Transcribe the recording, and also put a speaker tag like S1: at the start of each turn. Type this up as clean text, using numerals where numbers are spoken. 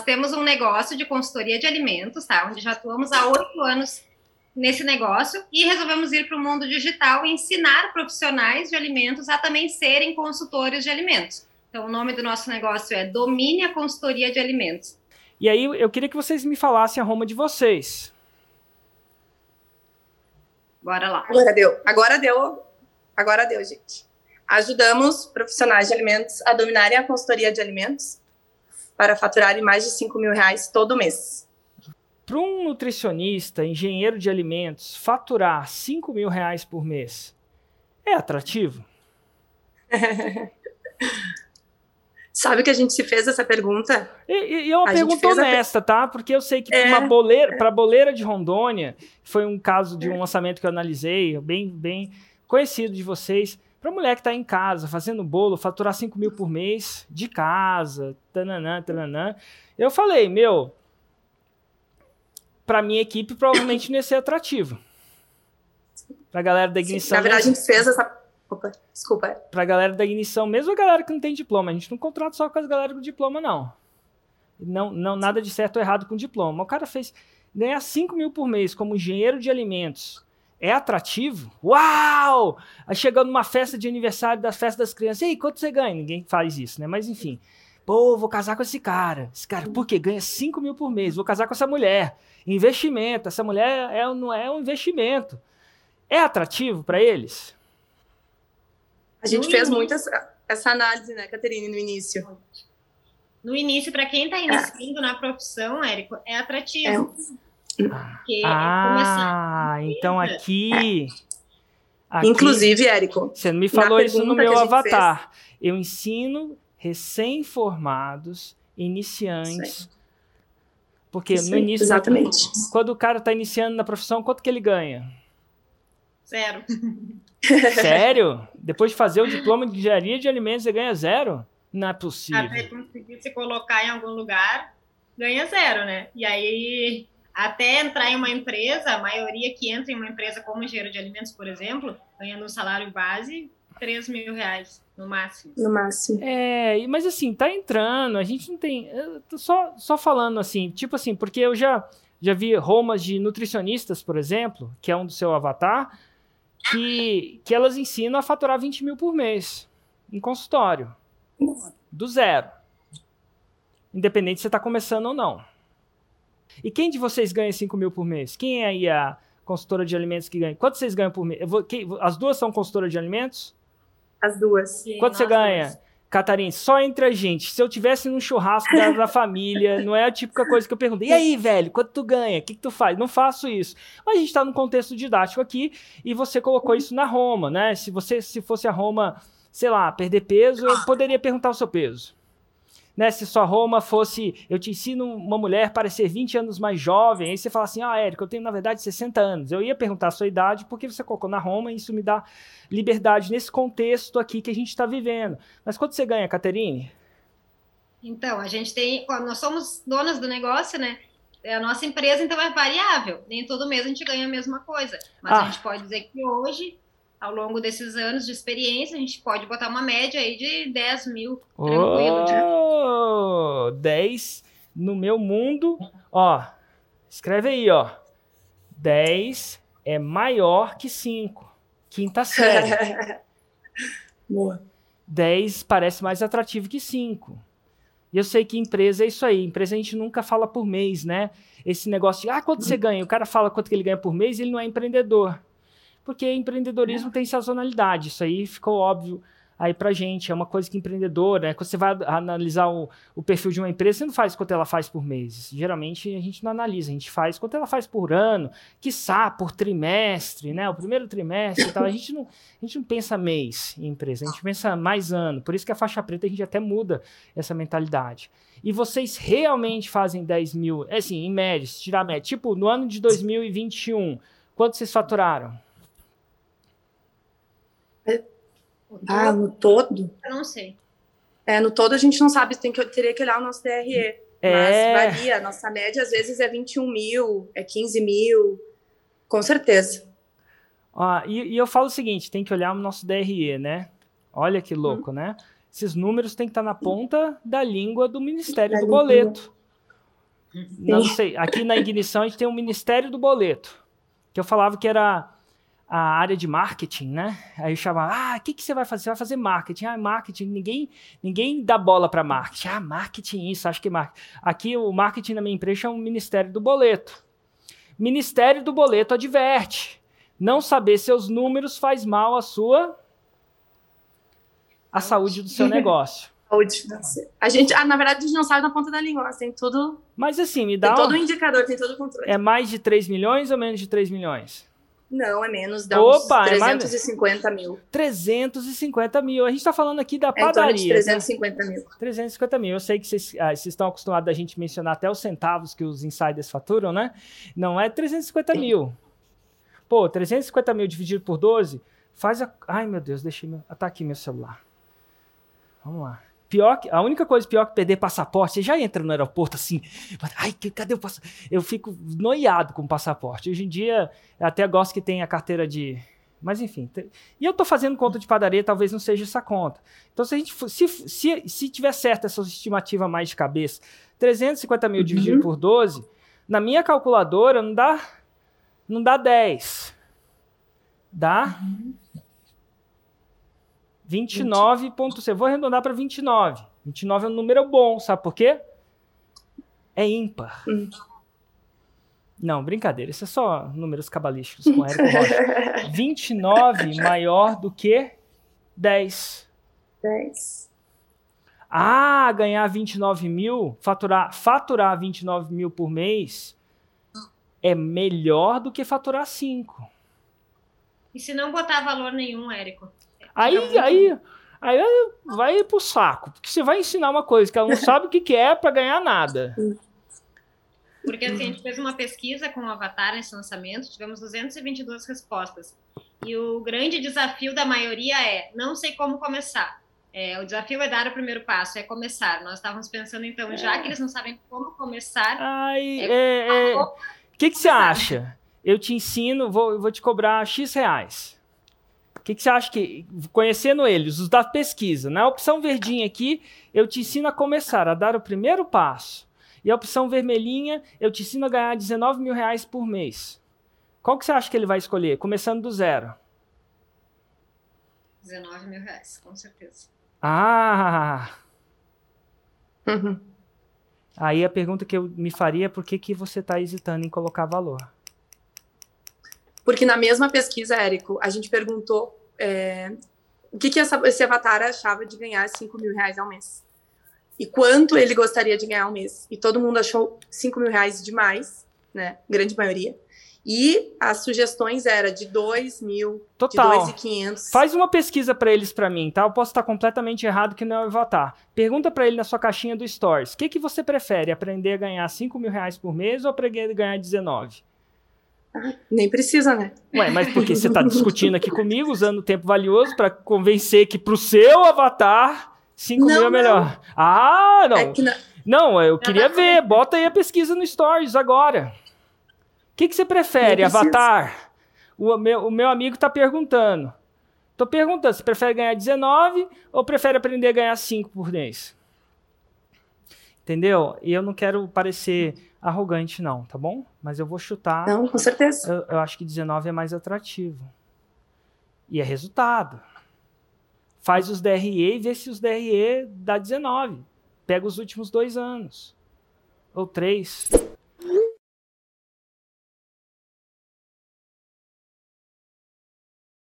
S1: temos um negócio de consultoria de alimentos, tá? Onde já atuamos há 8 anos nesse negócio e resolvemos ir para o mundo digital e ensinar profissionais de alimentos a também serem consultores de alimentos. Então, o nome do nosso negócio é Domine a Consultoria de Alimentos.
S2: E aí, eu queria que vocês me falassem a Roma de vocês.
S1: Bora lá.
S3: Agora deu, gente. Ajudamos profissionais de alimentos a dominarem a consultoria de alimentos para faturarem mais de R$5.000 todo mês.
S2: Para um nutricionista, engenheiro de alimentos, faturar R$5.000 por mês é atrativo?
S3: Sabe que a gente se fez essa pergunta?
S2: E é uma pergunta honesta, tá? Porque eu sei que para a boleira de Rondônia, foi um caso de um lançamento que eu analisei, bem conhecido de vocês. Para mulher que está em casa, fazendo bolo, faturar 5 mil por mês, de casa, tananã. Eu falei, para minha equipe, provavelmente não ia ser atrativo. Para a galera da ignição...
S3: Na verdade, a gente fez essa... Opa, desculpa.
S2: Para a galera da ignição, mesmo a galera que não tem diploma. A gente não contrata só com as galera com diploma, não. Não nada de certo ou errado com diploma. O cara ganhar 5 mil por mês como engenheiro de alimentos. É atrativo? Uau! Aí chegando numa festa de aniversário da festa das crianças. E aí, quanto você ganha? Ninguém faz isso, né? Mas enfim. Pô, vou casar com esse cara. Esse cara, por quê? Ganha 5 mil por mês. Vou casar com essa mulher. Investimento. Essa mulher não é um investimento. É atrativo para eles?
S3: A gente fez muito essa análise, né, Caterine, no início.
S1: No início, para quem está iniciando na profissão, Érico, é atrativo.
S2: Então aqui...
S3: Inclusive, Érico...
S2: Você não me falou isso no meu avatar. Eu ensino recém-formados, iniciantes... Porque no início,
S3: exatamente.
S2: Quando o cara está iniciando na profissão, quanto que ele ganha?
S1: 0.
S2: Sério? Depois de fazer o diploma de engenharia de alimentos, você ganha 0? Não é possível.
S1: Até conseguir se colocar em algum lugar, ganha 0, né? E aí, até entrar em uma empresa, a maioria que entra em uma empresa como engenheiro de alimentos, por exemplo, ganha no salário base R$3.000, no máximo.
S3: No máximo.
S2: Mas assim, tá entrando, a gente não tem... Eu tô só falando assim, tipo assim, porque eu já vi Romas de nutricionistas, por exemplo, que é um do seu avatar, que elas ensinam a faturar 20 mil por mês em consultório. Do zero. Independente se você está começando ou não. E quem de vocês ganha 5 mil por mês? Quem é aí a consultora de alimentos que ganha? Quanto vocês ganham por mês? As duas são consultoras de alimentos?
S3: As duas.
S2: Quanto você ganha? Catarina, só entre a gente. Se eu tivesse num churrasco da família, não é a típica coisa que eu pergunto. E aí, velho, quanto tu ganha? O que tu faz? Não faço isso. Mas a gente tá num contexto didático aqui e você colocou isso na Roma, né? Se fosse a Roma, sei lá, perder peso, eu poderia perguntar o seu peso. Né? Se sua Roma fosse, eu te ensino uma mulher para ser 20 anos mais jovem, aí você fala assim, Érico, eu tenho na verdade 60 anos. Eu ia perguntar a sua idade porque você colocou na Roma e isso me dá liberdade nesse contexto aqui que a gente está vivendo. Mas quanto você ganha, Caterine?
S1: Então, nós somos donas do negócio, né? A nossa empresa, então, é variável. Nem todo mês a gente ganha a mesma coisa. Mas a gente pode dizer que hoje, ao longo desses anos de experiência, a gente pode botar uma média aí de 10 mil, tranquilo.
S2: 10 no meu mundo, escreve aí, 10 é maior que 5, quinta série.
S3: Boa.
S2: 10 parece mais atrativo que 5. E eu sei que empresa é isso aí, empresa a gente nunca fala por mês, né? Esse negócio de, quanto você ganha? O cara fala quanto que ele ganha por mês e ele não é empreendedor. Porque empreendedorismo tem sazonalidade, isso aí ficou óbvio aí pra gente, é uma coisa que empreendedor, né? Quando você vai analisar o perfil de uma empresa, você não faz quanto ela faz por mês. Geralmente a gente não analisa, a gente faz quanto ela faz por ano, quiçá por trimestre, né? O primeiro trimestre e tal. A gente não pensa mês em empresa, a gente pensa mais ano. Por isso que a faixa preta a gente até muda essa mentalidade. E vocês realmente fazem 10 mil, assim, em média, se tirar a média. Tipo, no ano de 2021, quanto vocês faturaram?
S3: No todo?
S1: Eu não sei.
S3: No todo a gente não sabe, teria que olhar o nosso DRE. Mas varia, nossa média às vezes é 21 mil, é 15 mil, com certeza.
S2: E eu falo o seguinte, tem que olhar o nosso DRE, né? Olha que louco, né? Esses números têm que estar na ponta da língua do Ministério do Boleto. Não sei, aqui na Ignição a gente tem o Ministério do Boleto, que eu falava que era a área de marketing, né? Aí eu chamava, o que você vai fazer? Você vai fazer marketing. Marketing, ninguém dá bola para marketing. Marketing isso, acho que marketing. Aqui o marketing na minha empresa é o Ministério do Boleto. Ministério do Boleto adverte. Não saber seus números faz mal à saúde do seu negócio.
S3: Saúde financeira. A gente, na verdade, a gente não sabe na ponta da língua, tem tudo.
S2: Mas assim, me dá.
S3: Tem todo o indicador, tem todo o controle.
S2: É mais de 3 milhões ou menos de 3 milhões?
S3: Não, é menos, dá uns 350 mil.
S2: 350 mil. A gente está falando aqui da padaria.
S3: Em torno de 350 mil.
S2: 350 mil. Eu sei que vocês estão acostumados a gente mencionar até os centavos que os insiders faturam, né? Não é 350 mil. Pô, 350 mil dividido por 12, faz a... Ai, meu Deus, tá aqui meu celular. Vamos lá. A única coisa pior que perder passaporte, você já entra no aeroporto assim, ai, cadê o passaporte? Eu fico noiado com o passaporte. Hoje em dia, eu até gosto que tenha a carteira de... Mas enfim, e eu tô fazendo conta de padaria, talvez não seja essa conta. Então, se tiver certa essa estimativa mais de cabeça, 350 mil dividido por 12, na minha calculadora não dá 10. Dá... 29. Eu vou arredondar para 29. 29 é um número bom, sabe por quê? É ímpar. Não, brincadeira. Isso é só números cabalísticos com Érico Rocha. 29 maior do que 10.
S3: 10.
S2: Ganhar 29 mil, faturar 29 mil por mês é melhor do que faturar 5.
S1: E se não botar valor nenhum, Érico?
S2: Aí vai pro saco, porque você vai ensinar uma coisa que ela não sabe o que é para ganhar nada.
S1: Porque assim, a gente fez uma pesquisa com o Avatar nesse lançamento, tivemos 222 respostas. E o grande desafio da maioria é, não sei como começar. O desafio é dar o primeiro passo, é começar. Nós estávamos pensando, então, já que eles não sabem como começar...
S2: O que você acha? Eu te ensino, vou te cobrar X reais. O que você acha que, conhecendo eles, os da pesquisa, na opção verdinha aqui, eu te ensino a começar, a dar o primeiro passo. E a opção vermelhinha, eu te ensino a ganhar 19 mil reais por mês. Qual que você acha que ele vai escolher, começando do zero?
S1: 19 mil reais, com certeza.
S2: Aí a pergunta que eu me faria é por que você está hesitando em colocar valor?
S3: Porque na mesma pesquisa, Érico, a gente perguntou o que esse avatar achava de ganhar 5 mil reais ao mês. E quanto ele gostaria de ganhar ao mês. E todo mundo achou 5 mil reais demais, né? Grande maioria. E as sugestões eram de 2 mil,
S2: total.
S3: De 2.500.
S2: Faz uma pesquisa para eles para mim, tá? Eu posso estar completamente errado que não é o avatar. Pergunta para ele na sua caixinha do Stories. O que você prefere? Aprender a ganhar 5 mil reais por mês ou aprender a ganhar 19?
S3: Nem precisa, né?
S2: Ué, mas porque você está discutindo aqui comigo, usando tempo valioso para convencer que pro seu avatar 5 mil é melhor. Não. Não, eu queria ver. Bota aí a pesquisa no Stories agora. O que você prefere, avatar? O meu amigo está perguntando. Estou perguntando, você prefere ganhar 19 ou prefere aprender a ganhar 5 por mês? Entendeu? E eu não quero parecer arrogante, não, tá bom? Mas eu vou chutar.
S3: Não, com certeza.
S2: Eu acho que 19 é mais atrativo. E é resultado. Faz os DRE e vê se os DRE dá 19. Pega os últimos 2 anos. Ou 3.